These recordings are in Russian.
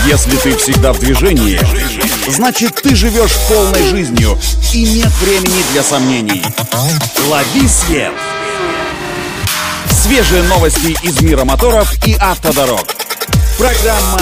Если ты всегда в движении, значит, ты живешь полной жизнью и нет времени для сомнений. Лови свет! Свежие новости из мира моторов и автодорог. Программа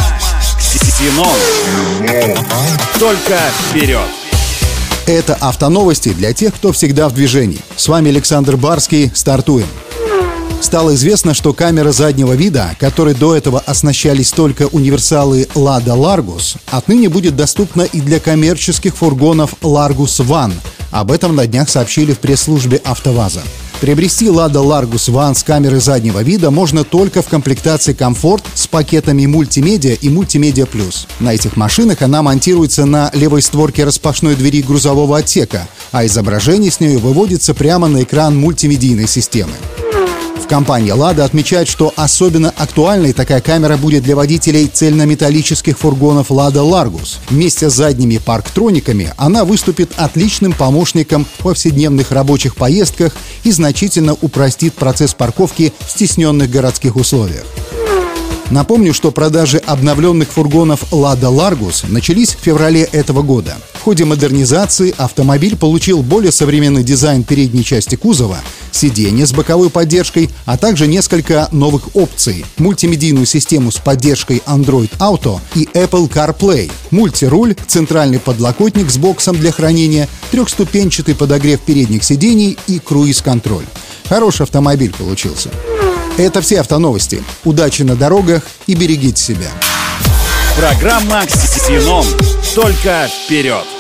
«Ксенон». Только вперед! Это автоновости для тех, кто всегда в движении. С вами Александр Барский. Стартуем. Стало известно, что камера заднего вида, которой до этого оснащались только универсалы Lada Largus, отныне будет доступна и для коммерческих фургонов Largus Van. Об этом на днях сообщили в пресс-службе АвтоВАЗа. Приобрести Lada Largus Van с камерой заднего вида можно только в комплектации «Комфорт» с пакетами мультимедиа и мультимедиа плюс. На этих машинах она монтируется на левой створке распашной двери грузового отсека, а изображение с нее выводится прямо на экран мультимедийной системы. Компания Lada отмечает, что особенно актуальной такая камера будет для водителей цельнометаллических фургонов Lada Largus. Вместе с задними парктрониками она выступит отличным помощником в повседневных рабочих поездках и значительно упростит процесс парковки в стесненных городских условиях. Напомню, что продажи обновленных фургонов Lada Largus начались в феврале этого года. В ходе модернизации автомобиль получил более современный дизайн передней части кузова, сиденье с боковой поддержкой, а также несколько новых опций: мультимедийную систему с поддержкой Android Auto и Apple CarPlay, мультируль, центральный подлокотник с боксом для хранения, трехступенчатый подогрев передних сидений и круиз-контроль. Хороший автомобиль получился. Это все автоновости. Удачи на дорогах и берегите себя. Программа «Ксенон». Только вперед!